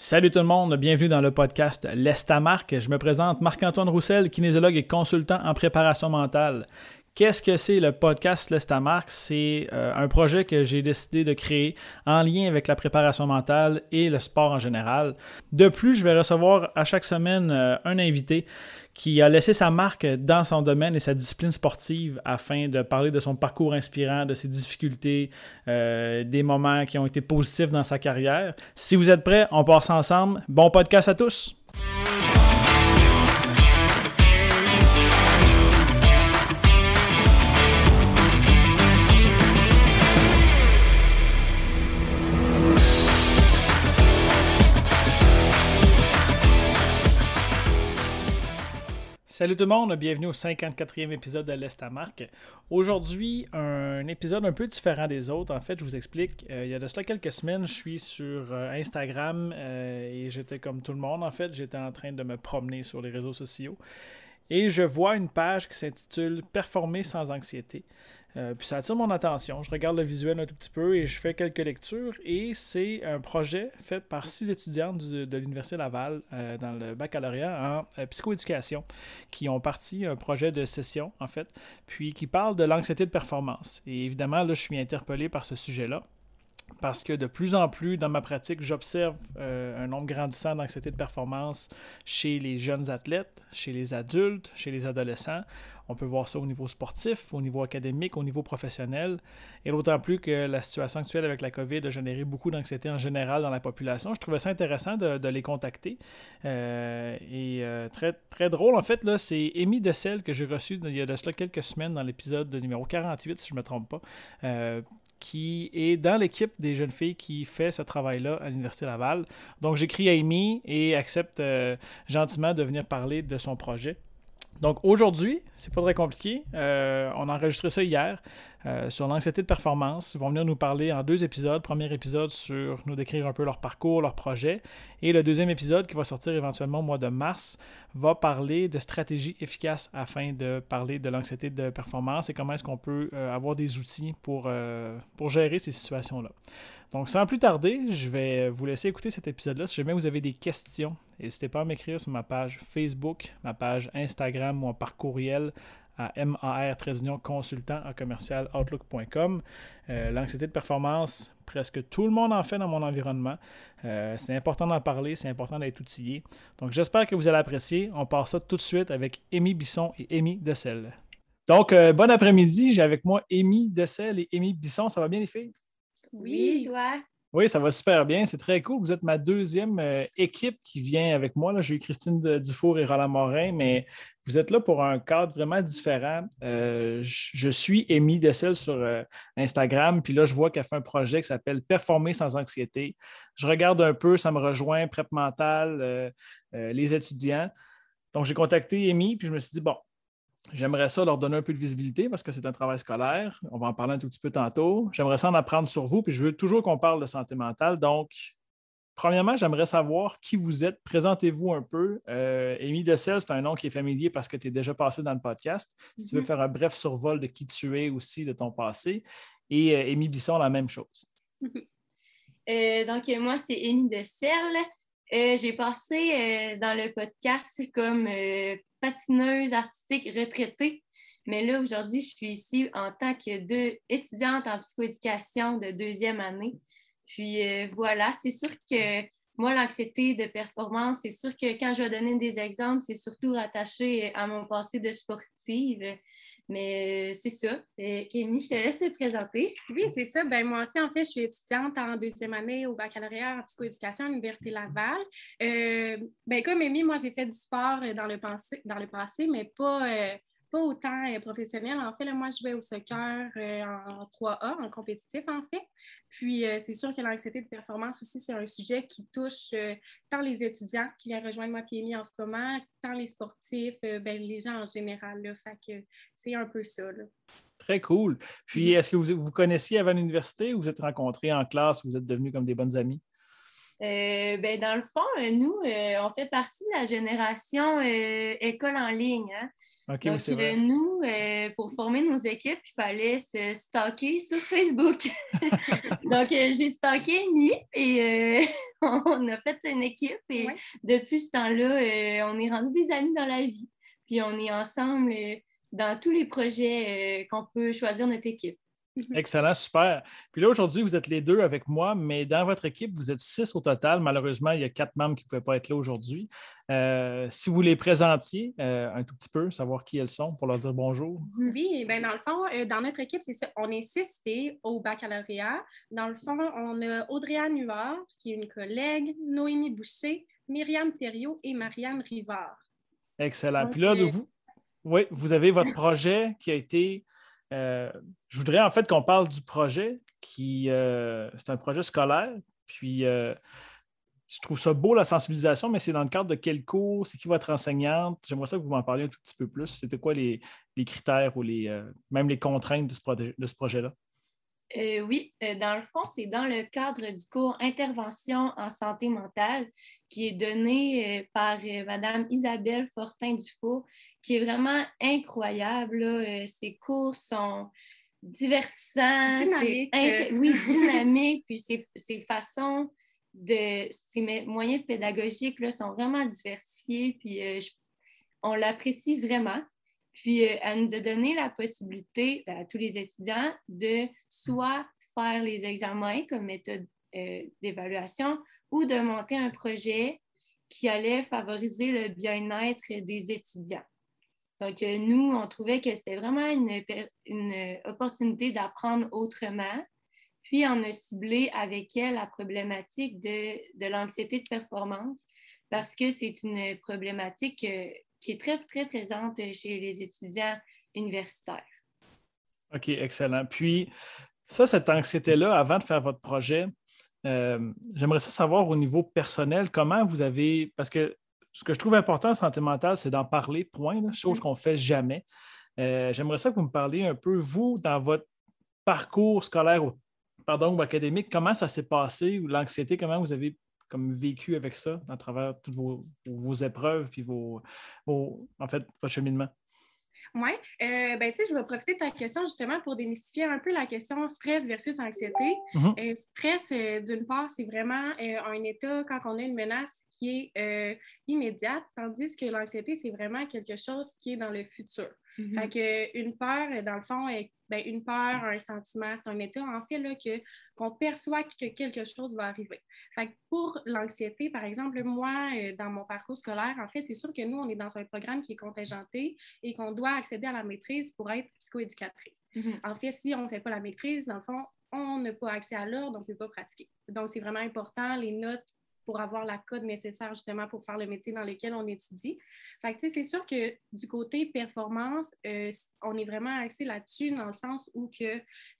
Salut tout le monde, bienvenue dans le podcast Laisse ta marque. Je me présente Marc-Antoine Roussel, kinésiologue et consultant en préparation mentale. Qu'est-ce que c'est le podcast Laisse ta marque? C'est un projet que j'ai décidé de créer en lien avec la préparation mentale et le sport en général. De plus, je vais recevoir à chaque semaine un invité qui a laissé sa marque dans son domaine et sa discipline sportive afin de parler de son parcours inspirant, de ses difficultés, des moments qui ont été positifs dans sa carrière. Si vous êtes prêts, on passe ensemble. Bon podcast à tous! Salut tout le monde, bienvenue au 54e épisode de Laisse ta marque. Aujourd'hui, un épisode un peu différent des autres. En fait, je vous explique, il y a de cela quelques semaines, je suis sur Instagram et j'étais comme tout le monde. En fait, j'étais en train de me promener sur les réseaux sociaux et je vois une page qui s'intitule « Performer sans anxiété ». Puis ça attire mon attention. Je regarde le visuel un tout petit peu et je fais quelques lectures. Et c'est un projet fait par 6 étudiantes de l'Université Laval dans le baccalauréat en psychoéducation qui ont parti un projet de session, en fait, puis qui parle de l'anxiété de performance. Et évidemment, là, je suis interpellé par ce sujet-là. Parce que de plus en plus, dans ma pratique, j'observe un nombre grandissant d'anxiété de performance chez les jeunes athlètes, chez les adultes, chez les adolescents. On peut voir ça au niveau sportif, au niveau académique, au niveau professionnel. Et d'autant plus que la situation actuelle avec la COVID a généré beaucoup d'anxiété en général dans la population. Je trouvais ça intéressant de les contacter. Très, très drôle, en fait, là, c'est Amy Dessel que j'ai reçu il y a de cela quelques semaines dans l'épisode numéro 48, si je ne me trompe pas. Qui est dans l'équipe des jeunes filles qui fait ce travail-là à l'Université Laval. Donc, j'écris à Amy et accepte gentiment de venir parler de son projet. Donc, aujourd'hui, c'est pas très compliqué. On a enregistré ça hier sur l'anxiété de performance. Ils vont venir nous parler en 2 épisodes. Premier épisode sur nous décrire un peu leur parcours, leur projet. Et le deuxième épisode qui va sortir éventuellement au mois de mars va parler de stratégies efficaces afin de parler de l'anxiété de performance et comment est-ce qu'on peut avoir des outils pour gérer ces situations-là. Donc, sans plus tarder, je vais vous laisser écouter cet épisode-là. Si jamais vous avez des questions, n'hésitez pas à m'écrire sur ma page Facebook, ma page Instagram ou par courriel à mar-consultant@outlook.com. L'anxiété de performance, presque tout le monde en fait dans mon environnement. C'est important d'en parler, c'est important d'être outillé. Donc, j'espère que vous allez apprécier. On part ça tout de suite avec Amy Bisson et Amy Dessel. Donc, bon après-midi. J'ai avec moi Amy Dessel et Amy Bisson. Ça va bien, les filles? Oui, toi? Oui, ça va super bien. C'est très cool. Vous êtes ma deuxième équipe qui vient avec moi. Là, j'ai eu Christine Dufour et Roland Morin, mais vous êtes là pour un cadre vraiment différent. Je suis Amy Dessel sur Instagram, puis là, je vois qu'elle fait un projet qui s'appelle Performer sans anxiété. Je regarde un peu, ça me rejoint, prep mental, les étudiants. Donc, j'ai contacté Amy, puis je me suis dit, bon, j'aimerais ça leur donner un peu de visibilité parce que c'est un travail scolaire. On va en parler un tout petit peu tantôt. J'aimerais ça en apprendre sur vous, puis je veux toujours qu'on parle de santé mentale. Donc, premièrement, j'aimerais savoir qui vous êtes. Présentez-vous un peu. Amy Dessel, c'est un nom qui est familier parce que tu es déjà passé dans le podcast. Si tu veux faire un bref survol de qui tu es aussi, de ton passé. Et Amy Bisson, la même chose. Donc, moi, c'est Amy Dessel. J'ai passé dans le podcast comme patineuse artistique retraitée. Mais là, aujourd'hui, je suis ici en tant qu'étudiante en psychoéducation de 2e année. Puis voilà, c'est sûr que moi, l'anxiété de performance, c'est sûr que quand je vais donner des exemples, c'est surtout rattaché à mon passé de sportive. Mais c'est ça. Kémy, je te laisse te présenter. Oui, c'est ça. Ben, moi aussi, en fait, je suis étudiante en 2e année au baccalauréat en psychoéducation à l'Université Laval. Comme Amy, moi, j'ai fait du sport dans le passé, mais pas autant professionnel. En fait, là, moi, je jouais au soccer en 3A, en compétitif, en fait. Puis, c'est sûr que l'anxiété de performance aussi, c'est un sujet qui touche tant les étudiants qui viennent rejoindre moi et Amy en ce moment, tant les sportifs, les gens en général. Là. Fait que c'est un peu ça. Là. Très cool. Puis, est-ce que vous connaissiez avant l'université ou vous êtes rencontrés en classe ou vous êtes devenus comme des bonnes amies? Dans le fond, nous, on fait partie de la génération école en ligne. Hein? OK, oui, Donc, c'est vrai. nous, pour former nos équipes, il fallait se stocker sur Facebook. Donc, j'ai stocké Amy et on a fait une équipe. Et depuis ce temps-là, on est rendus des amis dans la vie. Puis, on est ensemble dans tous les projets qu'on peut choisir notre équipe. Excellent, super. Puis là, aujourd'hui, vous êtes les deux avec moi, mais dans votre équipe, vous êtes 6 au total. Malheureusement, il y a 4 membres qui ne pouvaient pas être là aujourd'hui. Si vous les présentiez un tout petit peu, savoir qui elles sont pour leur dire bonjour. Oui, bien dans le fond, dans notre équipe, c'est ça. On est 6 filles au baccalauréat. Dans le fond, on a Audrey-Anne Huard, qui est une collègue, Noémie Boucher, Myriam Thériault et Marianne Rivard. Excellent. Donc, puis là, vous avez votre projet qui a été... je voudrais en fait qu'on parle du projet qui c'est un projet scolaire. Puis je trouve ça beau la sensibilisation, mais c'est dans le cadre de quel cours, c'est qui votre enseignante? J'aimerais ça que vous m'en parliez un tout petit peu plus. C'était quoi les critères ou même les contraintes de ce projet-là? Oui, dans le fond, c'est dans le cadre du cours Intervention en santé mentale qui est donné par Madame Isabelle Fortin-Dufault, qui est vraiment incroyable. Là. Ces cours sont divertissants, dynamiques. Oui, dynamiques, puis ces façons ces moyens pédagogiques là, sont vraiment diversifiés, puis on l'apprécie vraiment. Puis, elle nous a donné la possibilité à tous les étudiants de soit faire les examens comme méthode d'évaluation ou de monter un projet qui allait favoriser le bien-être des étudiants. Donc, nous, on trouvait que c'était vraiment une opportunité d'apprendre autrement. Puis, on a ciblé avec elle la problématique de l'anxiété de performance parce que c'est une problématique qui est très, très présente chez les étudiants universitaires. OK, excellent. Puis, cette anxiété-là, avant de faire votre projet, j'aimerais ça savoir au niveau personnel, comment vous avez... Parce que ce que je trouve important en santé mentale, c'est d'en parler, point, là, chose qu'on ne fait jamais. J'aimerais ça que vous me parliez un peu, vous, dans votre parcours scolaire ou académique, comment ça s'est passé, ou l'anxiété, comment vous avez vécu avec ça à travers toutes vos épreuves puis votre cheminement? Oui, je vais profiter de ta question justement pour démystifier un peu la question stress versus anxiété. Stress, d'une part, c'est vraiment un état quand on a une menace qui est immédiate, tandis que l'anxiété, c'est vraiment quelque chose qui est dans le futur. Fait qu'une peur, dans le fond, une peur, un sentiment, c'est un état, en fait, là, qu'on perçoit que quelque chose va arriver. Fait que pour l'anxiété, par exemple, moi, dans mon parcours scolaire, en fait, c'est sûr que nous, on est dans un programme qui est contingenté et qu'on doit accéder à la maîtrise pour être psychoéducatrice. En fait, si on ne fait pas la maîtrise, dans le fond, on n'a pas accès à l'ordre, on ne peut pas pratiquer. Donc, c'est vraiment important, les notes pour avoir la code nécessaire justement pour faire le métier dans lequel on étudie. Fait que, c'est sûr que du côté performance, on est vraiment axé là-dessus dans le sens où que,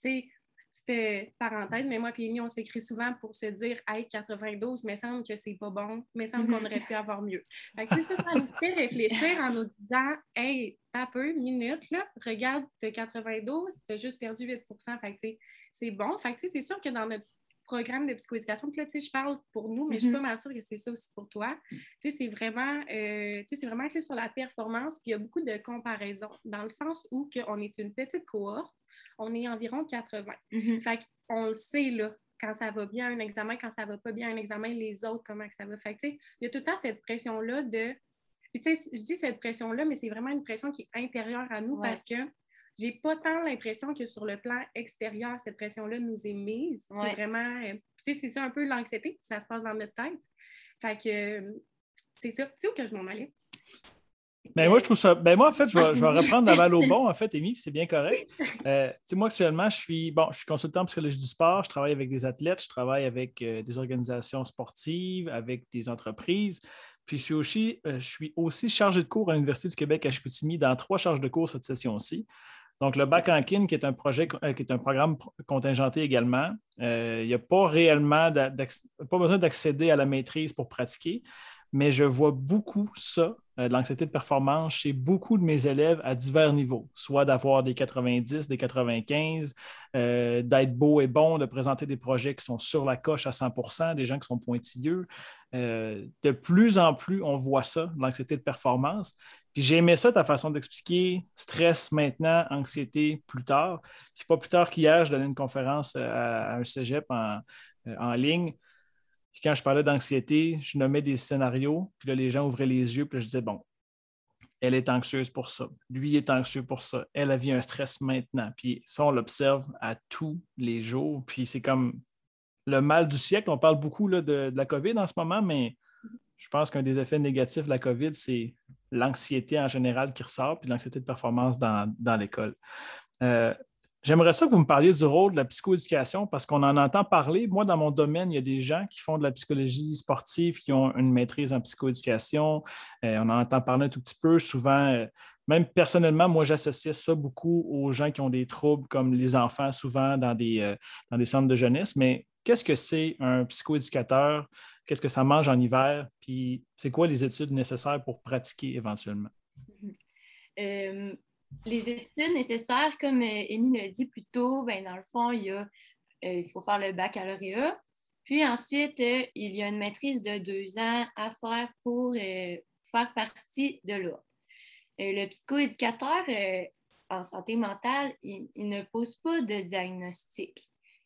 c'était parenthèse, mais moi et Amy, on s'écrit souvent pour se dire « Hey, 92, il me semble que c'est pas bon, il me semble qu'on aurait pu avoir mieux. » Fait que, ça nous fait réfléchir en nous disant « Hey, t'as peu, minute, là, regarde, t'as 92, t'as juste perdu 8 ». Fait que, c'est bon. Fait que, c'est sûr que dans notre programme de psychoéducation. Puis là, je parle pour nous, mais je suis pas mal sûre que c'est ça aussi pour toi. C'est vraiment axé sur la performance, puis il y a beaucoup de comparaisons, dans le sens où on est une petite cohorte, on est environ 80. Fait qu'on le sait, là, quand ça va bien un examen, quand ça va pas bien un examen, les autres, comment que ça va. Fait que, il y a tout le temps cette pression-là de... Puis, je dis cette pression-là, mais c'est vraiment une pression qui est intérieure à nous parce que j'ai pas tant l'impression que sur le plan extérieur, cette pression-là nous est mise. C'est vraiment... c'est ça un peu l'anxiété, ça se passe dans notre tête. Fait que c'est ça. Tu sais où que je m'en allais? Moi, je trouve ça... moi, en fait, je vais reprendre la balle au bon, en fait, Amy, puis c'est bien correct. Moi, actuellement, je suis consultant en psychologie du sport, je travaille avec des athlètes, je travaille avec des organisations sportives, avec des entreprises. Puis, je suis aussi chargé de cours à l'Université du Québec à Chicoutimi dans 3 charges de cours cette session-ci. Donc, le Bac en Kin, qui est un programme contingenté également, il n'y a pas réellement pas besoin d'accéder à la maîtrise pour pratiquer, mais je vois beaucoup ça, de l'anxiété de performance, chez beaucoup de mes élèves à divers niveaux, soit d'avoir des 90, des 95, d'être beau et bon, de présenter des projets qui sont sur la coche à 100%, des gens qui sont pointilleux. De plus en plus, on voit ça, l'anxiété de performance. Puis j'ai aimé ça, ta façon d'expliquer stress maintenant, anxiété plus tard. Puis pas plus tard qu'hier, je donnais une conférence à un cégep en ligne. Puis quand je parlais d'anxiété, je nommais des scénarios, puis là, les gens ouvraient les yeux, puis là, je disais, bon, elle est anxieuse pour ça, lui est anxieux pour ça, elle a vu un stress maintenant. Puis ça, on l'observe à tous les jours, puis c'est comme le mal du siècle. On parle beaucoup là, de la COVID en ce moment, mais je pense qu'un des effets négatifs de la COVID, c'est l'anxiété en général qui ressort, puis l'anxiété de performance dans l'école. Euh, J'aimerais ça que vous me parliez du rôle de la psychoéducation parce qu'on en entend parler. Moi, dans mon domaine, il y a des gens qui font de la psychologie sportive, qui ont une maîtrise en psychoéducation. On en entend parler un tout petit peu. Souvent, même personnellement, moi, j'associe ça beaucoup aux gens qui ont des troubles comme les enfants, souvent dans des centres de jeunesse. Mais qu'est-ce que c'est un psychoéducateur? Qu'est-ce que ça mange en hiver? Puis c'est quoi les études nécessaires pour pratiquer éventuellement? Euh, les études nécessaires, comme Émile l'a dit plus tôt, ben, dans le fond, il faut faire le baccalauréat. Puis ensuite, il y a une maîtrise de 2 ans à faire pour faire partie de l'ordre. Le psychoéducateur en santé mentale, il ne pose pas de diagnostic.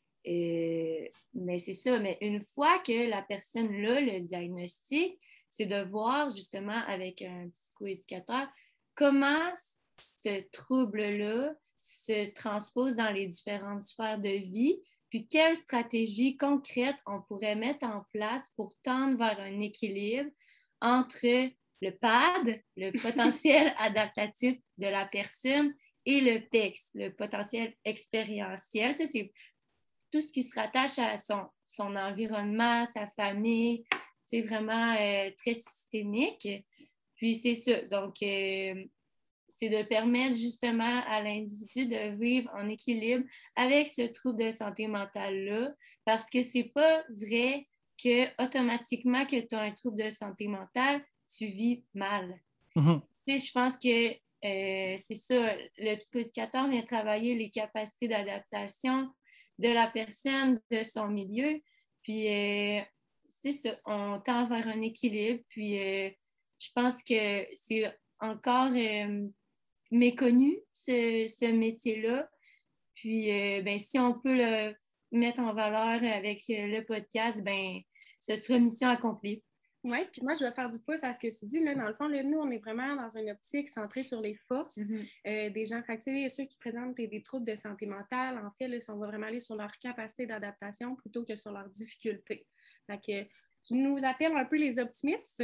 Mais c'est ça, mais une fois que la personne a le diagnostic, c'est de voir justement avec un psychoéducateur comment ce trouble-là se transpose dans les différentes sphères de vie, puis quelles stratégies concrètes on pourrait mettre en place pour tendre vers un équilibre entre le PAD, le potentiel adaptatif de la personne, et le PEX, le potentiel expérientiel. Ça, c'est tout ce qui se rattache à son environnement, sa famille. C'est vraiment très systémique. Puis c'est ça. Donc, c'est de permettre justement à l'individu de vivre en équilibre avec ce trouble de santé mentale-là, parce que c'est pas vrai que automatiquement que tu as un trouble de santé mentale, tu vis mal. Mm-hmm. Tu sais, je pense que c'est ça, le psychoéducateur vient travailler les capacités d'adaptation de la personne, de son milieu, puis c'est ça, on tend vers un équilibre, puis je pense que c'est encore méconnu, ce métier-là. Puis, ben, si on peut le mettre en valeur avec le podcast, ben, ce sera mission accomplie. Oui, puis moi, je vais faire du pouce à ce que tu dis. Là, dans le fond, là, nous, on est vraiment dans une optique centrée sur les forces des gens. Fait que, ceux qui présentent des troubles de santé mentale, en fait, là, on va vraiment aller sur leur capacité d'adaptation plutôt que sur leurs difficultés. Fait que je nous appelle un peu les optimistes.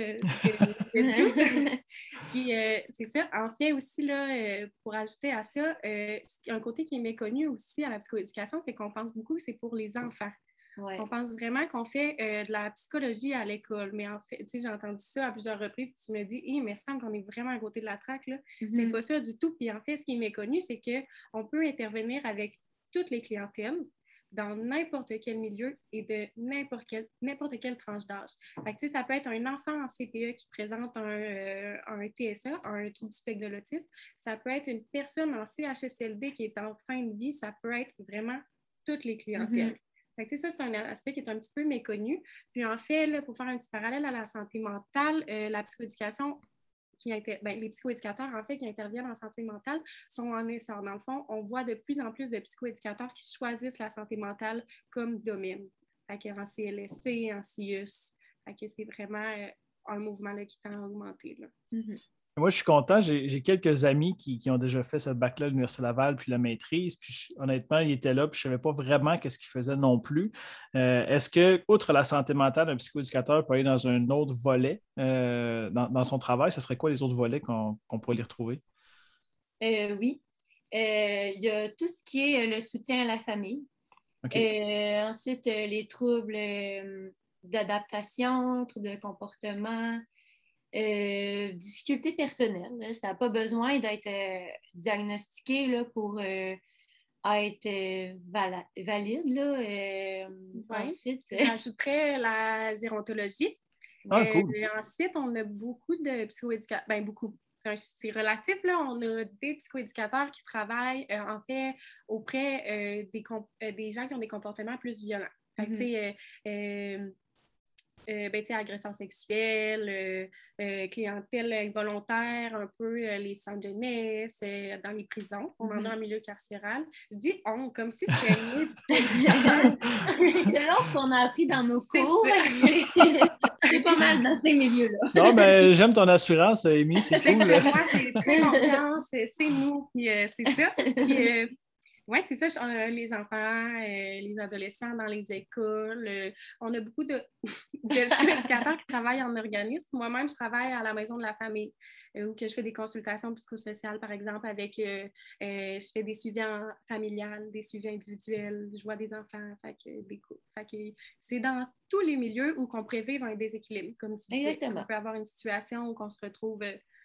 Puis, c'est ça. En fait, aussi, là, pour ajouter à ça, un côté qui est méconnu aussi à la psychoéducation, c'est qu'on pense beaucoup que c'est pour les enfants. Ouais. On pense vraiment qu'on fait de la psychologie à l'école, mais en fait, j'ai entendu ça à plusieurs reprises, puis je me dis, mais il me semble qu'on est vraiment à côté de la traque, là. C'est pas ça du tout. Puis en fait, ce qui est méconnu, c'est qu'on peut intervenir avec toutes les clientèles dans n'importe quel milieu et de n'importe quelle tranche d'âge. Fait que, ça peut être un enfant en CPE qui présente un TSA, un trouble du spectre de l'autisme. Ça peut être une personne en CHSLD qui est en fin de vie. Ça peut être vraiment toutes les clientèles. Fait que, ça, c'est un aspect qui est un petit peu méconnu. Puis en fait, là, pour faire un petit parallèle à la santé mentale, la psychoéducation, les psychoéducateurs, en fait, qui interviennent en santé mentale, sont en essor. Dans le fond, on voit de plus en plus de psychoéducateurs qui choisissent la santé mentale comme domaine. Fait que en CLSC, en CIUS. Fait que c'est vraiment un mouvement là, qui tend à augmenter. Là. Moi, je suis content. J'ai quelques amis qui ont déjà fait ce bac-là à l'Université Laval, puis la maîtrise. Puis honnêtement, ils étaient là, puis je ne savais pas vraiment qu'est-ce qu'ils faisaient non plus. Est-ce que, outre la santé mentale, un psychoéducateur peut aller dans un autre volet dans son travail? Ce serait quoi les autres volets qu'on pourrait les retrouver? Oui. Il y a tout ce qui est le soutien à la famille. Okay. Ensuite, les troubles d'adaptation, troubles de comportement. Difficultés personnelles. Là. Ça n'a pas besoin d'être diagnostiqué là, pour être valide. Là. Ensuite, j'ajouterais la gérontologie. Cool. Ensuite, on a beaucoup de psychoéducateurs. Ben, beaucoup. C'est relatif, là. On a des psychoéducateurs qui travaillent, en fait, auprès des gens qui ont des comportements plus violents. Fait que, tu sais, agresseurs sexuels, clientèle involontaire, un peu les centres de jeunesse, dans les prisons. On en a en milieu carcéral. Je dis on, comme si c'était mieux. Selon ce qu'on a appris dans nos cours, c'est pas mal dans ces milieux-là. Non, mais j'aime ton assurance, Amy, c'est cool. Moi, j'ai très confiance, c'est nous, puis c'est ça. Puis, oui, c'est ça, les enfants, les adolescents dans les écoles. On a beaucoup de psychoéducateurs qui travaillent en organisme. Moi-même, je travaille à la maison de la famille, où que je fais des consultations psychosociales, par exemple, je fais des suivis familiales, des suivis individuels, je vois des enfants, des couples. C'est dans tous les milieux où on pourrait vivre un déséquilibre, comme tu disais. On peut avoir une situation où on se retrouve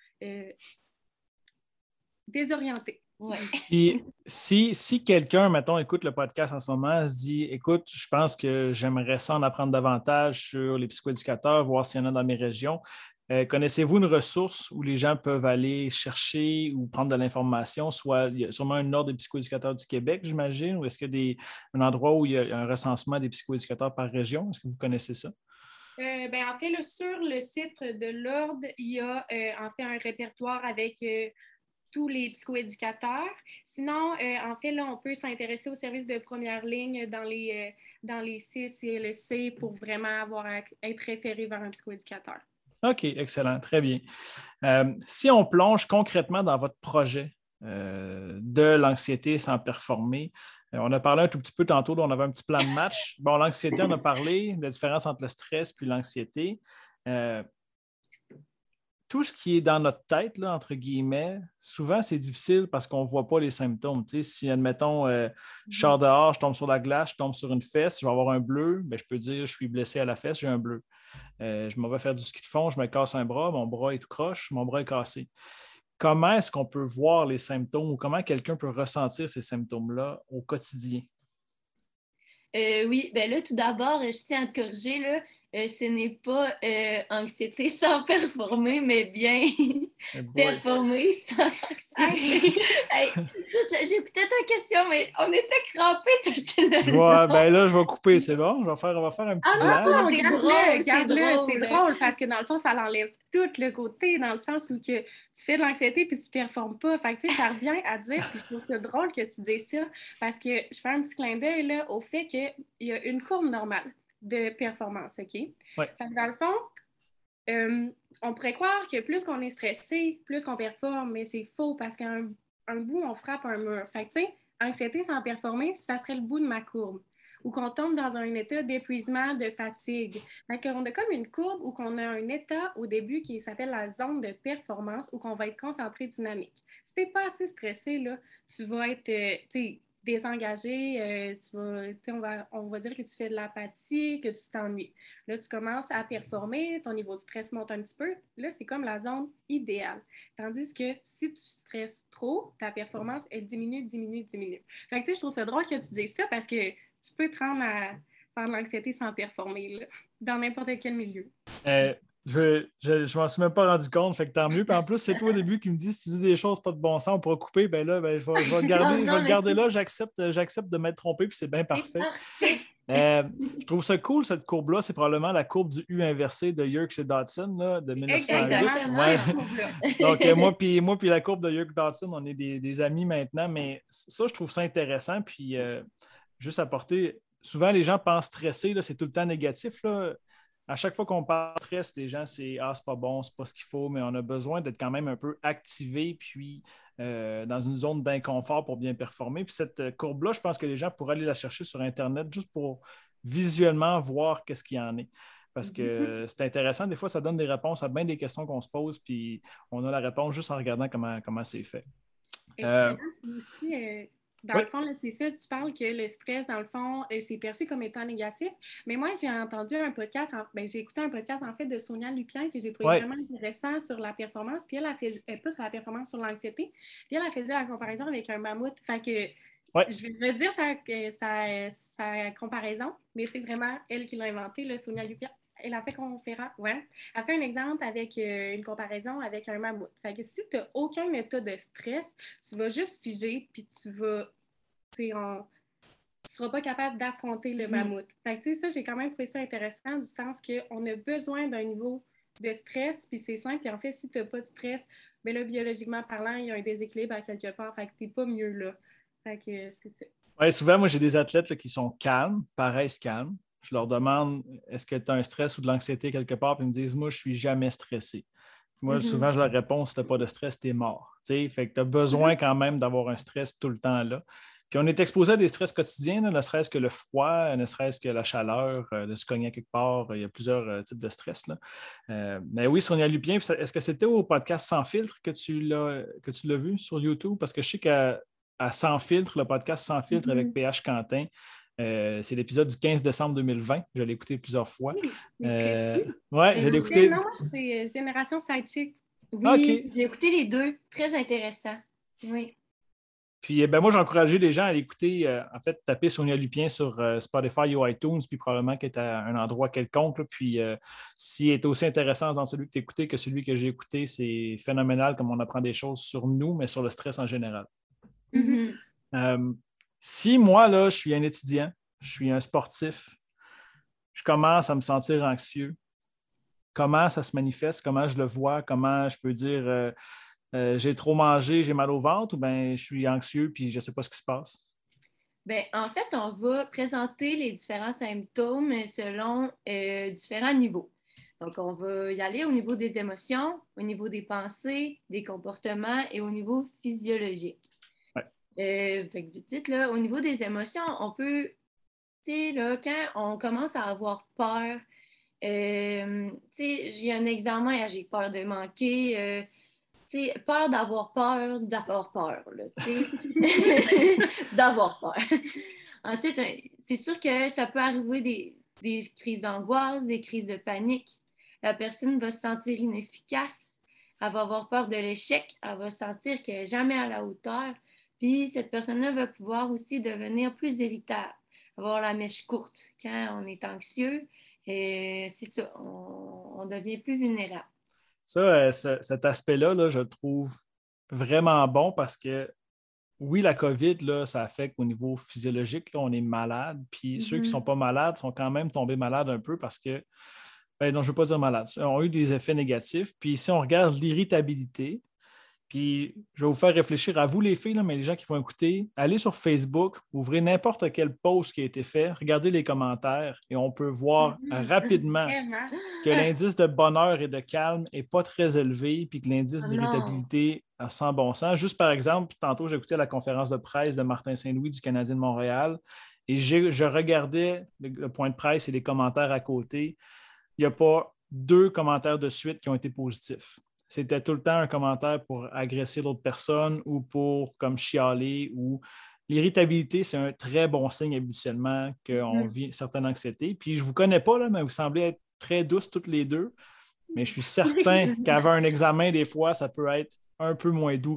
désorienté. Ouais. Puis si quelqu'un, mettons, écoute le podcast en ce moment, se dit, écoute, je pense que j'aimerais ça en apprendre davantage sur les psychoéducateurs, voir s'il y en a dans mes régions. Connaissez-vous une ressource où les gens peuvent aller chercher ou prendre de l'information? Il y a sûrement un ordre des psychoéducateurs du Québec, j'imagine, ou est-ce qu'il y a un endroit où il y a un recensement des psychoéducateurs par région? Est-ce que vous connaissez ça? En fait, là, sur le site de l'Ordre, il y a en fait un répertoire avec tous les psychoéducateurs. Sinon, en fait, là, on peut s'intéresser aux services de première ligne dans les CIS et LEC pour vraiment être référé vers un psychoéducateur. OK, excellent, très bien. Si on plonge concrètement dans votre projet de l'anxiété sans performer, on a parlé un tout petit peu tantôt, on avait un petit plan de match. Bon, l'anxiété, on a parlé de la différence entre le stress puis l'anxiété. Tout ce qui est dans notre tête, là, entre guillemets, souvent, c'est difficile parce qu'on ne voit pas les symptômes. Tu sais, si, admettons, je sors dehors, je tombe sur la glace, je tombe sur une fesse, je vais avoir un bleu, bien, je peux dire je suis blessé à la fesse, j'ai un bleu. Je m'en vais faire du ski de fond, je me casse un bras, mon bras est tout croche, mon bras est cassé. Comment est-ce qu'on peut voir les symptômes ou comment quelqu'un peut ressentir ces symptômes-là au quotidien? Oui, bien là, tout d'abord, je tiens à te corriger, là, ce n'est pas anxiété sans performer, mais bien performer sans anxiété. J'écoutais ta question, mais on était crampés tout là, je vais couper, c'est bon? On va faire un petit blague. C'est drôle parce que dans le fond, ça l'enlève tout le côté, dans le sens où que tu fais de l'anxiété puis tu ne performes pas. Fait que, tu sais, ça revient à dire, puis je trouve ça drôle que tu dises ça, parce que je fais un petit clin d'œil là, au fait qu'il y a une courbe normale de performance, OK? Ouais. Fait que dans le fond, on pourrait croire que plus qu'on est stressé, plus qu'on performe, mais c'est faux parce qu'à un bout, on frappe un mur. Fait que, tu sais, anxiété sans performer, ça serait le bout de ma courbe, ou qu'on tombe dans un état d'épuisement, de fatigue. Fait qu'on a comme une courbe où qu'on a un état au début qui s'appelle la zone de performance, où qu'on va être concentré dynamique. Si t'es pas assez stressé, là, tu vas être, désengagé, on va dire que tu fais de l'apathie, que tu t'ennuies. Là, tu commences à performer, ton niveau de stress monte un petit peu. Là, c'est comme la zone idéale. Tandis que si tu stresses trop, ta performance, elle diminue. Fait que, je trouve ça drôle que tu dises ça parce que tu peux te rendre à faire de l'anxiété sans performer, là, dans n'importe quel milieu. Je m'en suis même pas rendu compte, fait que tant mieux. Puis en plus, c'est toi au début qui me dis si tu dis des choses pas de bon sens, on pourra couper, je vais le garder, je vais le garder là, j'accepte de m'être trompé, puis c'est bien parfait. Je trouve ça cool, cette courbe-là. C'est probablement la courbe du U inversé de Yerkes et Dodson là, de 1908. Ouais. Donc, moi puis la courbe de Yerkes et Dodson, on est des amis maintenant, mais ça, je trouve ça intéressant. Puis, juste apporter, souvent, les gens pensent stresser, là, c'est tout le temps négatif. Là. À chaque fois qu'on parle de stress, les gens, c'est pas bon, c'est pas ce qu'il faut, mais on a besoin d'être quand même un peu activé, puis dans une zone d'inconfort pour bien performer. Puis cette courbe-là, je pense que les gens pourraient aller la chercher sur Internet juste pour visuellement voir qu'est-ce qu'il y en est. Parce que c'est intéressant, des fois, ça donne des réponses à bien des questions qu'on se pose, puis on a la réponse juste en regardant comment c'est fait. Aussi, dans le fond, là, c'est ça, tu parles que le stress, dans le fond, c'est perçu comme étant négatif. Mais moi, j'ai entendu un podcast, j'ai écouté un podcast, en fait, de Sonia Lupien que j'ai trouvé vraiment intéressant sur la performance. Puis elle a fait, pas sur la performance, sur l'anxiété. Puis elle a fait la comparaison avec un mammouth. Fait que je vais redire sa comparaison, mais c'est vraiment elle qui l'a inventé, là, Sonia Lupien. elle a fait conférence, ouais. Elle a fait un exemple avec une comparaison avec un mammouth. Fait que si tu n'as aucun état de stress, tu vas juste figer, puis tu vas, tu sais, tu seras pas capable d'affronter le mammouth. Fait que, tu sais, ça, j'ai quand même trouvé ça intéressant du sens qu'on a besoin d'un niveau de stress, puis c'est simple. Puis en fait, si tu n'as pas de stress, ben là, biologiquement parlant, il y a un déséquilibre à quelque part. Fait que tu n'es pas mieux là. Fait que c'est ça. Ouais, souvent, moi, j'ai des athlètes là, qui sont calmes, paraissent calmes. Je leur demande est-ce que tu as un stress ou de l'anxiété quelque part, puis ils me disent moi, je suis jamais stressé. Moi, souvent, je leur réponds si tu n'as pas de stress, tu es mort. T'sais? Fait que tu as besoin quand même d'avoir un stress tout le temps là. Puis on est exposé à des stress quotidiens, là, ne serait-ce que le froid, ne serait-ce que la chaleur, de se cogner à quelque part. Il y a plusieurs types de stress. Là. Mais oui, Sonia Lupien, est-ce que c'était au podcast Sans filtre que tu l'as vu sur YouTube? Parce que je sais qu'à Sans filtre, le podcast Sans filtre avec PH Quentin, c'est l'épisode du 15 décembre 2020. Je l'ai écouté plusieurs fois. Oui, c'est précis. Ouais, je l'ai écouté. Non, c'est Génération Sidechick. Oui, OK. j'ai écouté les deux. Très intéressant. Oui. Puis ben, moi, j'ai encouragé les gens à l'écouter, en fait, taper Sonia Lupien sur Spotify ou iTunes, puis probablement qu'elle est à un endroit quelconque. Là. Puis s'il est aussi intéressant dans celui que tu as écouté que celui que j'ai écouté, c'est phénoménal comme on apprend des choses sur nous, mais sur le stress en général. Euh, si moi, là, je suis un étudiant, je suis un sportif, je commence à me sentir anxieux, comment ça se manifeste, comment je le vois, comment je peux dire j'ai trop mangé, j'ai mal au ventre ou bien je suis anxieux puis je ne sais pas ce qui se passe? Ben, en fait, on va présenter les différents symptômes selon différents niveaux. Donc, on va y aller au niveau des émotions, au niveau des pensées, des comportements et au niveau physiologique. Ouais. Fait que vite, là, au niveau des émotions, on peut, tu sais, là, quand on commence à avoir peur, tu sais, j'ai un examen, j'ai peur de manquer, tu sais, peur, d'avoir peur, là, tu sais, d'avoir peur. Ensuite, c'est sûr que ça peut arriver des crises d'angoisse, des crises de panique. La personne va se sentir inefficace, elle va avoir peur de l'échec, elle va sentir qu'elle n'est jamais à la hauteur. Puis cette personne-là va pouvoir aussi devenir plus irritable, avoir la mèche courte quand on est anxieux. Et c'est ça, on devient plus vulnérable. Ça, cet aspect-là, là, je le trouve vraiment bon parce que oui, la COVID, là, ça affecte au niveau physiologique. Là, on est malade. Puis ceux qui ne sont pas malades sont quand même tombés malades un peu parce que, ben, non, je ne veux pas dire malades, ont eu des effets négatifs. Puis si on regarde l'irritabilité, puis, je vais vous faire réfléchir à vous, les filles, là, mais les gens qui vont écouter, allez sur Facebook, ouvrez n'importe quel post qui a été fait, regardez les commentaires et on peut voir rapidement Vraiment. que l'indice de bonheur et de calme n'est pas très élevé, puis que l'indice Oh non. d'irritabilité a sans bon sens. Juste par exemple, tantôt, j'ai écouté la conférence de presse de Martin Saint-Louis du Canadien de Montréal et je regardais le point de presse et les commentaires à côté. Il n'y a pas deux commentaires de suite qui ont été positifs. C'était tout le temps un commentaire pour agresser l'autre personne ou pour comme chialer ou l'irritabilité, c'est un très bon signe habituellement qu'on vit une certaine anxiété. Puis je ne vous connais pas, là, mais vous semblez être très douces toutes les deux. Mais je suis certain qu'avoir un examen, des fois, ça peut être un peu moins doux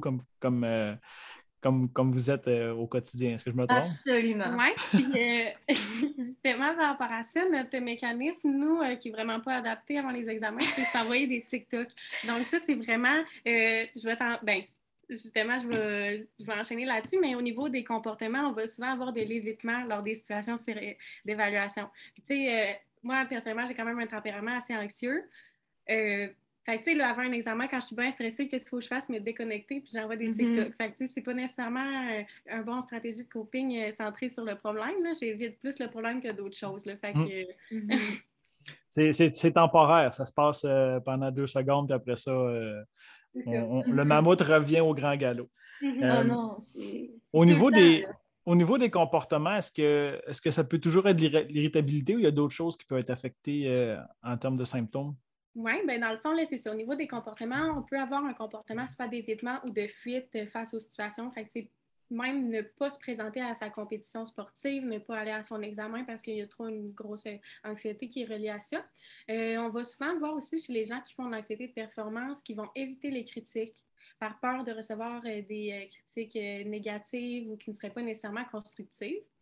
comme vous êtes au quotidien. Est-ce que je me trompe? Absolument. Oui, puis justement, par rapport à ça, notre mécanisme, nous, qui n'est vraiment pas adapté avant les examens, c'est s'envoyer des TikTok. Donc, ça, c'est vraiment, justement, je vais enchaîner là-dessus, mais au niveau des comportements, on va souvent avoir de l'évitement lors des situations d'évaluation. Puis, tu sais, moi, personnellement, j'ai quand même un tempérament assez anxieux. Fait que, tu sais, là, avant un examen, quand je suis bien stressée, qu'est-ce qu'il faut que je fasse? Me déconnecter, puis j'envoie des TikTok. Fait que, tu sais, c'est pas nécessairement un bon stratégie de coping centré sur le problème. Là. J'évite plus le problème que d'autres choses. Là. Fait que... C'est temporaire. Ça se passe pendant 2 secondes, puis après ça, le mammouth revient au grand galop. Oh non, c'est Au tout le niveau temps, des, là. au niveau des comportements, est-ce que ça peut toujours être l'irritabilité ou il y a d'autres choses qui peuvent être affectées en termes de symptômes? Oui, bien dans le fond, là, c'est ça. Au niveau des comportements, on peut avoir un comportement soit d'évitement ou de fuite face aux situations. Fait que, même ne pas se présenter à sa compétition sportive, ne pas aller à son examen parce qu'il y a trop une grosse anxiété qui est reliée à ça. On va souvent le voir aussi chez les gens qui font de l'anxiété de performance, qui vont éviter les critiques par peur de recevoir des critiques négatives ou qui ne seraient pas nécessairement constructives.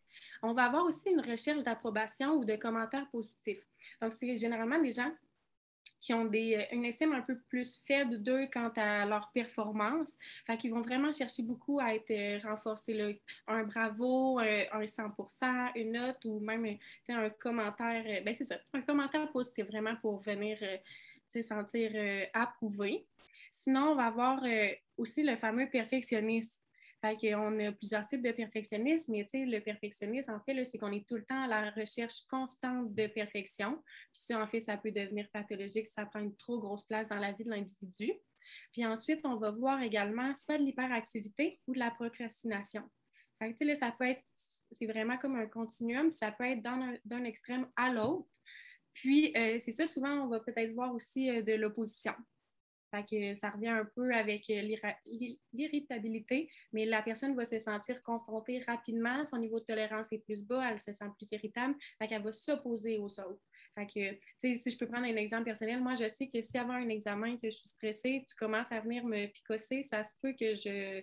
On va avoir aussi une recherche d'approbation ou de commentaires positifs. Donc, c'est généralement des gens qui ont une estime un peu plus faible d'eux quant à leur performance. Fait qu'ils vont vraiment chercher beaucoup à être renforcés. Là. Un bravo, un 100%, une note ou même un commentaire. Ben c'est ça, un commentaire positif vraiment pour venir se sentir approuvé. Sinon, on va avoir aussi le fameux perfectionnisme. Fait qu'on a plusieurs types de perfectionnisme, mais le perfectionnisme, en fait, là, c'est qu'on est tout le temps à la recherche constante de perfection. Puis ça, en fait, ça peut devenir pathologique si ça prend une trop grosse place dans la vie de l'individu. Puis ensuite, on va voir également soit de l'hyperactivité ou de la procrastination. Fait que, là, ça peut être, c'est vraiment comme un continuum, puis ça peut être d'un extrême à l'autre. Puis, c'est ça, souvent, on va peut-être voir aussi de l'opposition. Fait que ça revient un peu avec l'irritabilité, mais la personne va se sentir confrontée rapidement, son niveau de tolérance est plus bas, elle se sent plus irritable, fait qu'elle va s'opposer aux autres. Fait que, si je peux prendre un exemple personnel, moi, je sais que si avant un examen que je suis stressée, tu commences à venir me picosser, ça se peut que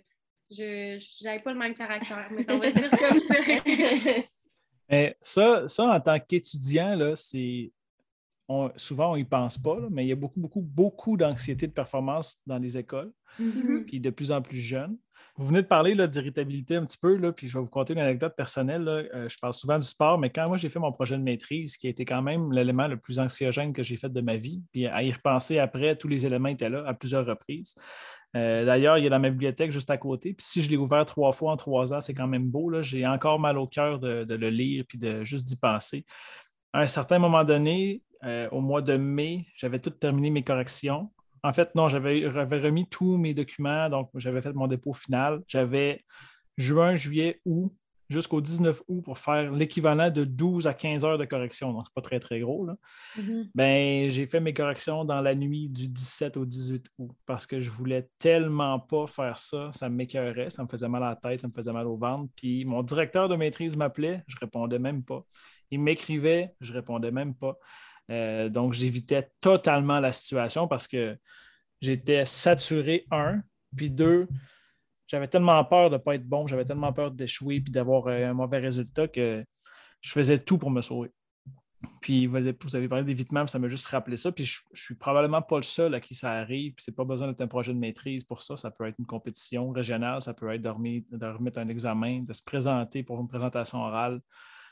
je n'avais pas le même caractère, mais on va dire comme ça. Mais ça, en tant qu'étudiant, là, c'est... souvent, on n'y pense pas, là, mais il y a beaucoup d'anxiété de performance dans les écoles, puis de plus en plus jeunes. Vous venez de parler là, d'irritabilité un petit peu, là, puis je vais vous conter une anecdote personnelle. Là. Je parle souvent du sport, mais quand moi j'ai fait mon projet de maîtrise, qui a été quand même l'élément le plus anxiogène que j'ai fait de ma vie, puis à y repenser après, tous les éléments étaient là à plusieurs reprises. D'ailleurs, il y a dans ma bibliothèque juste à côté, puis si je l'ai ouvert 3 fois en 3 ans, c'est quand même beau. Là. J'ai encore mal au cœur de le lire, puis de juste d'y penser. À un certain moment donné, au mois de mai, j'avais tout terminé mes corrections. En fait, non, j'avais remis tous mes documents, donc j'avais fait mon dépôt final. J'avais juin, juillet, août, jusqu'au 19 août pour faire l'équivalent de 12 à 15 heures de correction. Donc, c'est pas très, très gros. Là. Ben, j'ai fait mes corrections dans la nuit du 17 au 18 août parce que je voulais tellement pas faire ça. Ça m'écœurait, ça me faisait mal à la tête, ça me faisait mal au ventre. Puis mon directeur de maîtrise m'appelait, je répondais même pas. Il m'écrivait, je répondais même pas. Donc, j'évitais totalement la situation parce que j'étais saturé, un, puis deux, j'avais tellement peur de ne pas être bon, j'avais tellement peur d'échouer puis d'avoir un mauvais résultat que je faisais tout pour me sauver. Puis vous avez parlé d'évitement, ça m'a juste rappelé ça. Puis je suis probablement pas le seul à qui ça arrive. Puis c'est pas besoin d'être un projet de maîtrise pour ça. Ça peut être une compétition régionale, ça peut être de remettre un examen, de se présenter pour une présentation orale.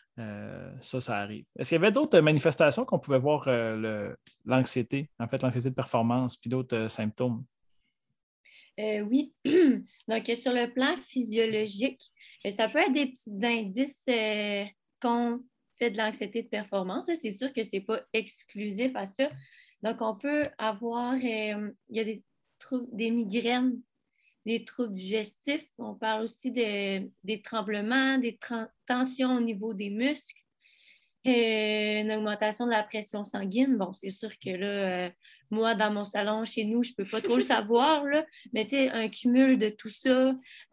Ça arrive. Est-ce qu'il y avait d'autres manifestations qu'on pouvait voir l'anxiété, en fait, l'anxiété de performance, puis d'autres symptômes? Oui. Donc, sur le plan physiologique, ça peut être des petits indices qu'on fait de l'anxiété de performance. C'est sûr que ce n'est pas exclusif à ça. Donc, on peut avoir, il y a des migraines, des troubles digestifs. On parle aussi des tremblements, des tensions au niveau des muscles. Une augmentation de la pression sanguine. Bon, c'est sûr que là, moi, dans mon salon, chez nous, je ne peux pas trop le savoir, là, mais tu sais, un cumul de tout ça,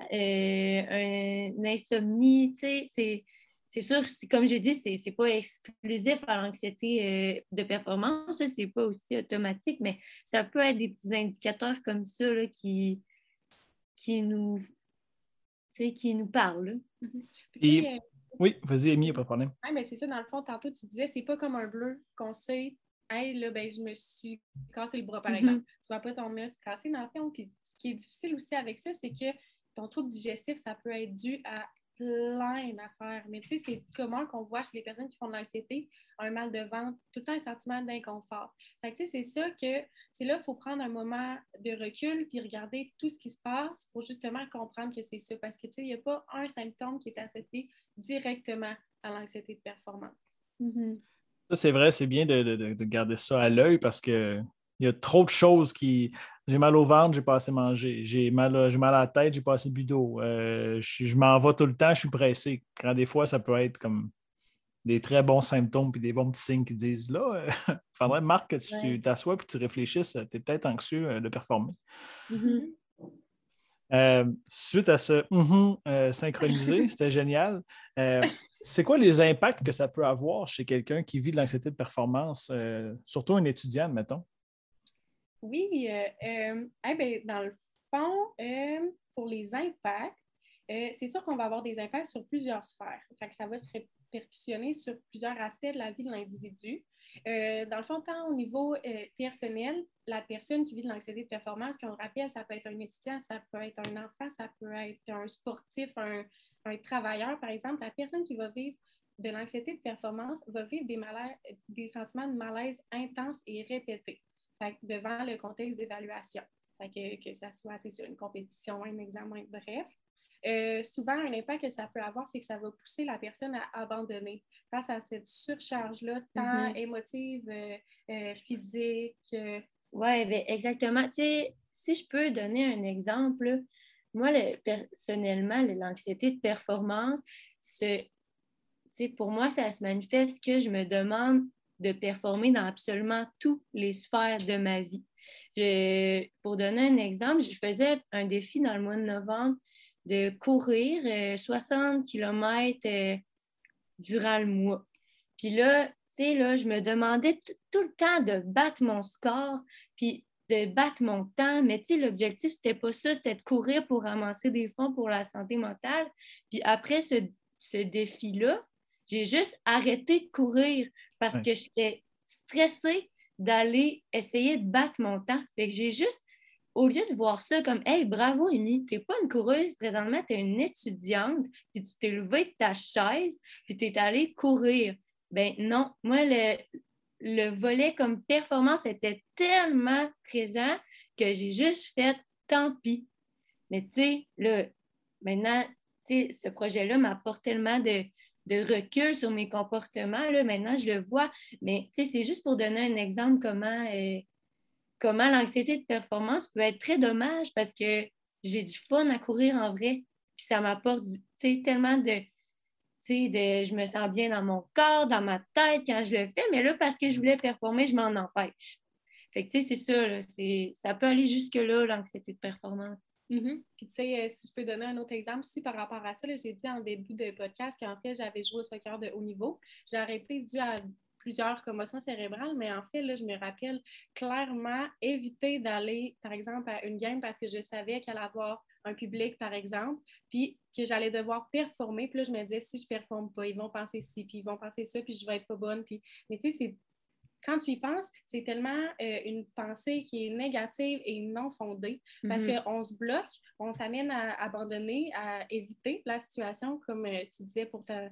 une insomnie, tu sais, c'est sûr, comme j'ai dit, c'est pas exclusif à l'anxiété de performance, c'est pas aussi automatique, mais ça peut être des petits indicateurs comme ça là, qui nous parlent. Et... Oui, vas-y, Amy, il n'y a pas de problème. Oui, mais c'est ça, dans le fond, tantôt, tu disais, c'est pas comme un bleu qu'on sait, hey, là, ben, je me suis cassé le bras, par exemple. Tu vois pas ton muscle cassé, dans le fond. Puis, ce qui est difficile aussi avec ça, c'est que ton trouble digestif, ça peut être dû à plein d'affaires. Mais tu sais, c'est comment qu'on voit chez les personnes qui font de l'anxiété, un mal de ventre, tout le temps un sentiment d'inconfort. Fait que tu sais, c'est ça que, c'est là qu'il faut prendre un moment de recul puis regarder tout ce qui se passe pour justement comprendre que c'est ça. Parce que tu sais, il n'y a pas un symptôme qui est associé directement à l'anxiété de performance. Ça, c'est vrai, c'est bien de garder ça à l'œil parce que il y a trop de choses qui. J'ai mal au ventre, j'ai pas assez mangé. J'ai mal à la tête, j'ai pas assez bu d'eau. Je m'en vais tout le temps, je suis pressé. Quand des fois, ça peut être comme des très bons symptômes puis des bons petits signes qui disent là, il faudrait, Marc, que tu t'assoies et que tu réfléchisses. Tu es peut-être anxieux de performer. Suite à ce synchronisé, c'était génial. C'est quoi les impacts que ça peut avoir chez quelqu'un qui vit de l'anxiété de performance, surtout un étudiant, admettons? Oui, ben, dans le fond, pour les impacts, c'est sûr qu'on va avoir des impacts sur plusieurs sphères. Fait que ça va se répercussionner sur plusieurs aspects de la vie de l'individu. Dans le fond, tant au niveau personnel, la personne qui vit de l'anxiété de performance, puis on le rappelle, ça peut être un étudiant, ça peut être un enfant, ça peut être un sportif, un travailleur, par exemple. La personne qui va vivre de l'anxiété de performance va vivre des sentiments de malaise intenses et répétés, fait que devant le contexte d'évaluation. Fait que ça soit sur une compétition, un examen, bref. Souvent, un impact que ça peut avoir, c'est que ça va pousser la personne à abandonner face à cette surcharge-là, tant émotive, physique. Oui, bien, exactement. Tu sais, si je peux donner un exemple, moi, personnellement, l'anxiété de performance, pour moi, ça se manifeste que je me demande de performer dans absolument toutes les sphères de ma vie. Pour donner un exemple, je faisais un défi dans le mois de novembre de courir 60 km durant le mois. Puis là, je me demandais tout le temps de battre mon score, puis de battre mon temps, mais l'objectif, c'était pas ça, c'était de courir pour ramasser des fonds pour la santé mentale. Puis après ce défi-là, j'ai juste arrêté de courir parce que j'étais stressée d'aller essayer de battre mon temps. Fait que j'ai juste, au lieu de voir ça comme « Hey, bravo, Amy, t'es pas une coureuse, présentement, t'es une étudiante, puis tu t'es levée de ta chaise, puis t'es allée courir. » Ben non, moi, le volet comme performance était tellement présent que j'ai juste fait « Tant pis. » Mais tu sais, là, maintenant, ce projet-là m'apporte tellement de recul sur mes comportements. Là, maintenant, je le vois. Mais c'est juste pour donner un exemple comment l'anxiété de performance peut être très dommage parce que j'ai du fun à courir en vrai. Puis ça m'apporte tellement je me sens bien dans mon corps, dans ma tête quand je le fais. Mais là, parce que je voulais performer, je m'en empêche. Fait que c'est ça, là, ça peut aller jusque-là, l'anxiété de performance. Puis, tu sais, si je peux donner un autre exemple aussi par rapport à ça, là, j'ai dit en début de podcast qu'en fait, j'avais joué au soccer de haut niveau. J'ai arrêté dû à plusieurs commotions cérébrales, mais en fait, là, je me rappelle clairement éviter d'aller, par exemple, à une game parce que je savais qu'il allait avoir un public, par exemple, puis que j'allais devoir performer. Puis là, je me disais, si je ne performe pas, ils vont penser ci, puis ils vont penser ça, puis je vais être pas bonne. Puis... Mais tu sais, quand tu y penses, c'est tellement une pensée qui est négative et non fondée parce qu'on se bloque, on s'amène à abandonner, à éviter la situation, comme tu disais pour ta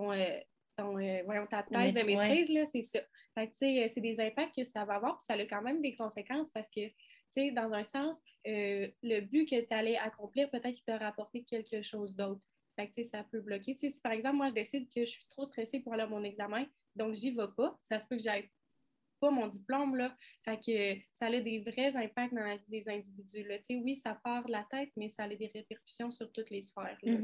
thèse de maîtrise, là, c'est ça. Fait que, c'est des impacts que ça va avoir, puis ça a quand même des conséquences parce que, dans un sens, le but que tu allais accomplir, peut-être qu'il t'a rapporté quelque chose d'autre. Fait que, ça peut bloquer. Si par exemple, moi, je décide que je suis trop stressée pour aller à mon examen, donc j'y vais pas, ça se peut que j'aille pas mon diplôme, là. Fait que ça a des vrais impacts dans la vie des individus, là. Oui, ça part de la tête, mais ça a des répercussions sur toutes les sphères, là.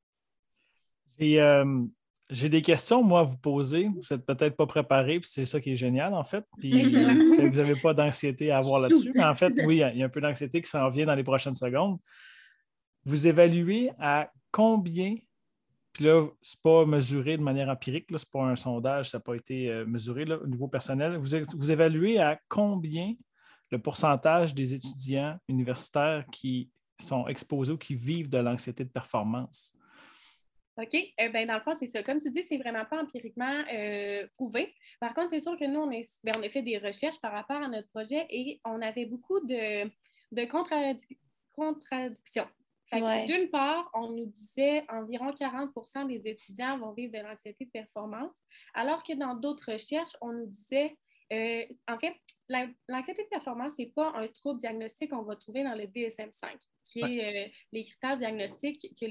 J'ai des questions, moi, à vous poser. Vous n'êtes peut-être pas préparés, puis c'est ça qui est génial, en fait. Puis vous n'avez pas d'anxiété à avoir là-dessus. Mais en fait, oui, il y a un peu d'anxiété qui s'en vient dans les prochaines secondes. Vous évaluez à combien, puis là, ce n'est pas mesuré de manière empirique, ce n'est pas un sondage, ça n'a pas été mesuré là, au niveau personnel. Vous évaluez à combien le pourcentage des étudiants universitaires qui sont exposés ou qui vivent de l'anxiété de performance? OK. Dans le fond, c'est ça. Comme tu dis, c'est vraiment pas empiriquement prouvé. Par contre, c'est sûr que nous, on a fait des recherches par rapport à notre projet et on avait beaucoup de contradictions. D'une part, on nous disait environ 40% des étudiants vont vivre de l'anxiété de performance, alors que dans d'autres recherches, on nous disait, en fait, l'anxiété de performance, ce n'est pas un trouble diagnostique qu'on va trouver dans le DSM-5, qui est les critères diagnostiques que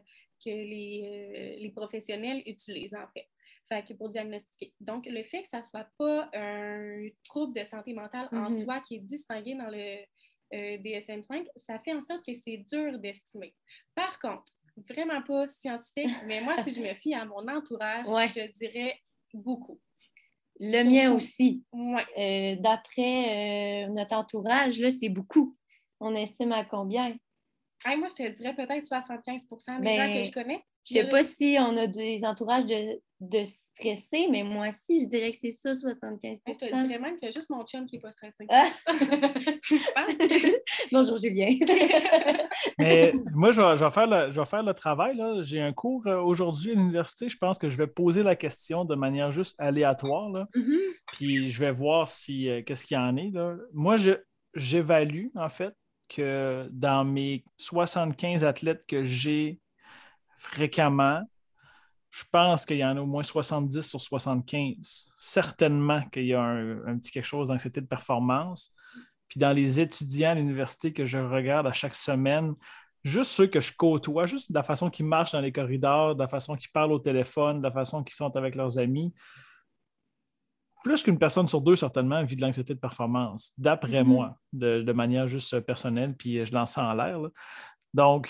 les professionnels utilisent, en fait. Fait que pour diagnostiquer. Donc, le fait que ça ne soit pas un trouble de santé mentale en soi qui est distingué dans le DSM-5, ça fait en sorte que c'est dur d'estimer. Par contre, vraiment pas scientifique, mais moi, si je me fie à mon entourage, je te dirais beaucoup. Le mien aussi. Ouais. D'après notre entourage, là, c'est beaucoup. On estime à combien? Moi, je te dirais peut-être 75% des gens que je connais. Je ne sais pas si on a des entourages de stressée, mais moi aussi, je dirais que c'est ça, 75%. Je te dirais même qu'il y a juste mon chum qui n'est pas stressé. Ah! Je pense. Bonjour, Julien. Mais moi, je vais faire le travail. Là. J'ai un cours aujourd'hui à l'université. Je pense que je vais poser la question de manière juste aléatoire. Là. Puis je vais voir si qu'est-ce qu'il y en est. Là. Moi, j'évalue, en fait, que dans mes 75 athlètes que j'ai fréquemment, je pense qu'il y en a au moins 70 sur 75. Certainement qu'il y a un petit quelque chose d'anxiété de performance. Puis dans les étudiants à l'université que je regarde à chaque semaine, juste ceux que je côtoie, juste de la façon qu'ils marchent dans les corridors, de la façon qu'ils parlent au téléphone, de la façon qu'ils sont avec leurs amis, plus qu'une personne sur deux, certainement, vit de l'anxiété de performance, d'après moi, de manière juste personnelle, puis je lance ça en l'air. Là. Donc,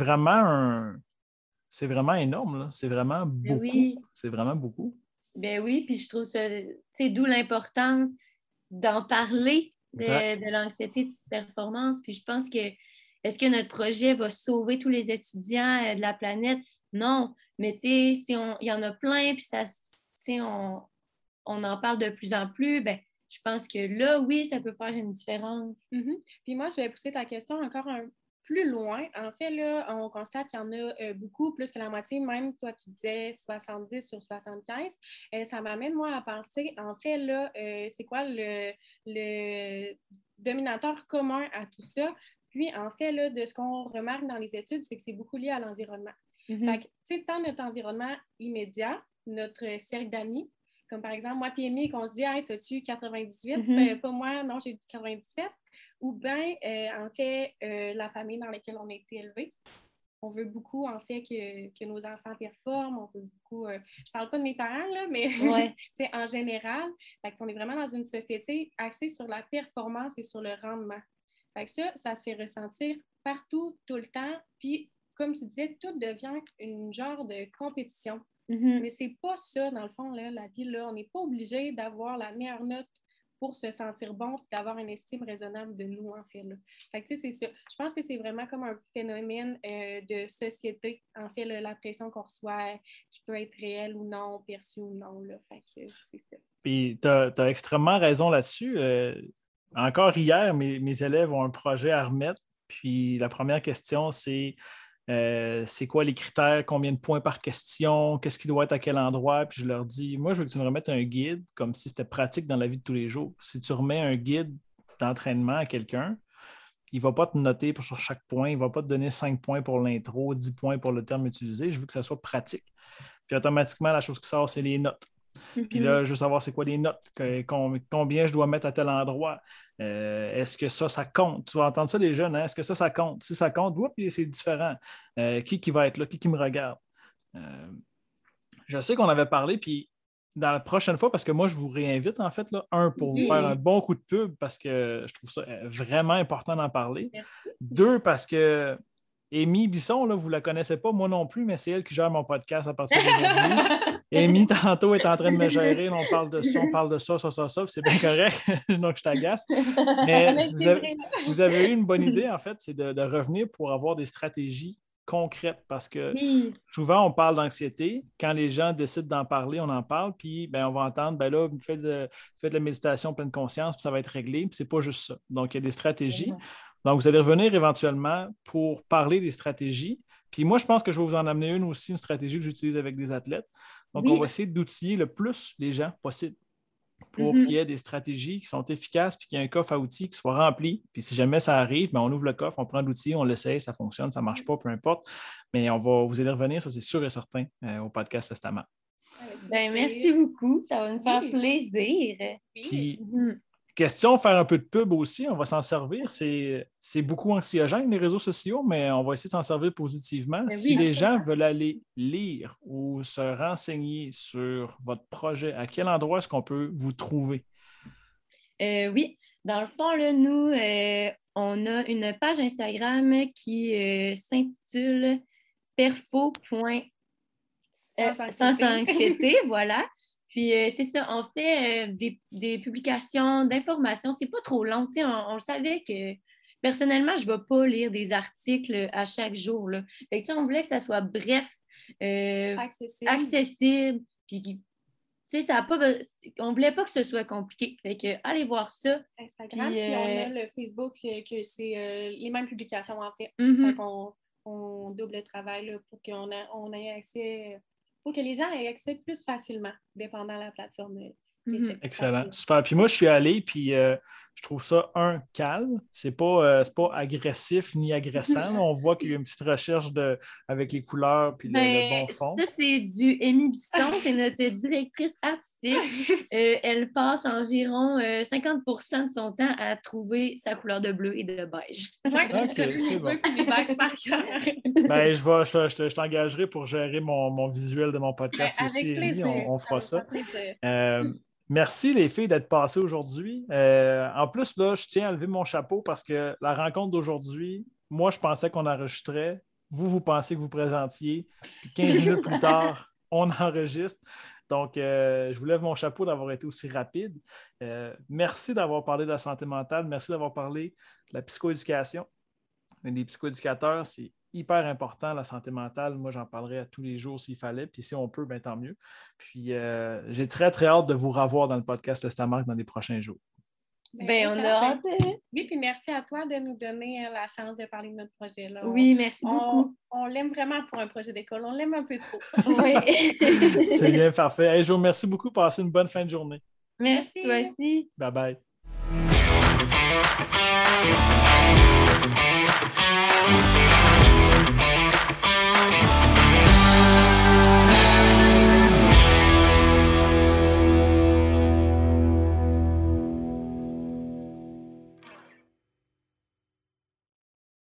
c'est vraiment énorme, là. C'est vraiment beaucoup. Oui. C'est vraiment beaucoup. Ben oui, puis je trouve ça, c'est d'où l'importance d'en parler de l'anxiété de performance. Puis je pense que, est-ce que notre projet va sauver tous les étudiants de la planète? Non, mais tu sais, si il y en a plein, puis ça, on en parle de plus en plus, ben je pense que là, oui, ça peut faire une différence. Puis moi, je vais pousser ta question encore un plus loin. En fait, là, on constate qu'il y en a beaucoup, plus que la moitié. Même toi, tu disais 70 sur 75. Ça m'amène, moi, à penser, en fait, là, c'est quoi le dominateur commun à tout ça? Puis, en fait, là, de ce qu'on remarque dans les études, c'est que c'est beaucoup lié à l'environnement. Fait que, tu sais, dans notre environnement immédiat, notre cercle d'amis, comme par exemple, moi et Amy, qu'on se dit, hey, t'as-tu 98? Pas moi, non, j'ai du 97. Ou bien, en fait, la famille dans laquelle on a été élevé. On veut beaucoup, en fait, que nos enfants performent. On veut beaucoup. Je parle pas de mes parents, là, mais en général. Fait que on est vraiment dans une société axée sur la performance et sur le rendement. Fait que ça se fait ressentir partout, tout le temps. Puis, comme tu disais, tout devient une genre de compétition. Mais c'est pas ça, dans le fond, là, la vie. Là. On n'est pas obligé d'avoir la meilleure note pour se sentir bon et d'avoir une estime raisonnable de nous, en fait. Là. Fait que, tu sais, c'est ça. Je pense que c'est vraiment comme un phénomène de société, en fait, là, la pression qu'on reçoit, qui peut être réelle ou non, perçue ou non. Là. Fait que c'est ça. Puis, tu as extrêmement raison là-dessus. Encore hier, mes élèves ont un projet à remettre. Puis, la première question, c'est quoi les critères, combien de points par question, qu'est-ce qui doit être à quel endroit. Puis je leur dis, moi, je veux que tu me remettes un guide comme si c'était pratique dans la vie de tous les jours. Si tu remets un guide d'entraînement à quelqu'un, il ne va pas te noter sur chaque point, il ne va pas te donner 5 points pour l'intro, 10 points pour le terme utilisé. Je veux que ça soit pratique. Puis automatiquement, la chose qui sort, c'est les notes. Puis là, je veux savoir c'est quoi les notes, combien je dois mettre à tel endroit. Est-ce que ça compte? Tu vas entendre ça des jeunes, hein? Est-ce que ça compte? Si ça compte, c'est différent. Qui va être là? Qui me regarde? Je sais qu'on avait parlé, puis dans la prochaine fois, parce que moi, je vous réinvite, en fait, là, pour vous faire un bon coup de pub, parce que je trouve ça vraiment important d'en parler. Merci. 2, parce que Amy Bisson, là, vous ne la connaissez pas, moi non plus, mais c'est elle qui gère mon podcast à partir d'aujourd'hui. Amy, tantôt, est en train de me gérer. On parle de ça, puis c'est bien correct, donc je t'agace. Mais vous avez eu une bonne idée, en fait, c'est de revenir pour avoir des stratégies concrètes, parce que souvent, on parle d'anxiété. Quand les gens décident d'en parler, on en parle, puis on va entendre, là, faites de la méditation pleine conscience, puis ça va être réglé, puis c'est pas juste ça. Donc, il y a des stratégies. Donc, vous allez revenir éventuellement pour parler des stratégies. Puis moi, je pense que je vais vous en amener une stratégie que j'utilise avec des athlètes. Donc, on va essayer d'outiller le plus les gens possible pour qu'il y ait des stratégies qui sont efficaces puis qu'il y ait un coffre à outils qui soit rempli. Puis si jamais ça arrive, on ouvre le coffre, on prend l'outil, on l'essaye, ça fonctionne, ça ne marche pas, peu importe. Mais vous allez revenir, ça c'est sûr et certain, au podcast Testament. Merci beaucoup, ça va nous faire plaisir. Puis, question, faire un peu de pub aussi, on va s'en servir. C'est beaucoup anxiogène, les réseaux sociaux, mais on va essayer de s'en servir positivement. Si les gens veulent aller lire ou se renseigner sur votre projet, à quel endroit est-ce qu'on peut vous trouver? Oui, dans le fond, là, nous, on a une page Instagram qui s'intitule perfo. Sans anxiété, voilà. Puis c'est ça, on fait des publications d'informations. C'est pas trop long. On le savait que personnellement, je ne vais pas lire des articles à chaque jour. Là. Fait que, on voulait que ça soit bref, accessible, puis tu sais, on voulait pas que ce soit compliqué. Fait que, allez voir ça. Instagram, puis on a le Facebook, que c'est les mêmes publications, en fait. Mhm. Fait qu'on on double le travail là, pour on ait accès, pour que les gens aient accès plus facilement, dépendant de la plateforme. Excellent, super. Puis moi, je suis allé, puis je trouve ça, calme. C'est pas agressif ni agressant. Là. On voit qu'il y a une petite recherche avec les couleurs puis le bon fond. Ça, c'est du Amy Bisson, c'est notre directrice artistique. Elle passe environ 50% de son temps à trouver sa couleur de bleu et de beige. OK, c'est bon. Les beiges par cœur. Ben, je t'engagerai pour gérer mon visuel de mon podcast aussi, Amy. On fera ça. Merci les filles d'être passées aujourd'hui. En plus, là, je tiens à lever mon chapeau parce que la rencontre d'aujourd'hui, moi, je pensais qu'on enregistrait. Vous pensiez que vous présentiez. Puis 15 minutes plus tard, on enregistre. Donc, je vous lève mon chapeau d'avoir été aussi rapide. Merci d'avoir parlé de la santé mentale. Merci d'avoir parlé de la psychoéducation. Les psychoéducateurs, c'est hyper important, la santé mentale. Moi, j'en parlerai à tous les jours s'il fallait. Puis si on peut, bien tant mieux. Puis j'ai très, très hâte de vous revoir dans le podcast Lestamarque dans les prochains jours. Ben, on a hâte. Oui, puis merci à toi de nous donner la chance de parler de notre projet. Là. Oui, merci beaucoup. On l'aime vraiment pour un projet d'école. On l'aime un peu trop. Oui. C'est bien, parfait. Hey, je vous remercie beaucoup. Passez une bonne fin de journée. Merci, toi aussi. Bye bye.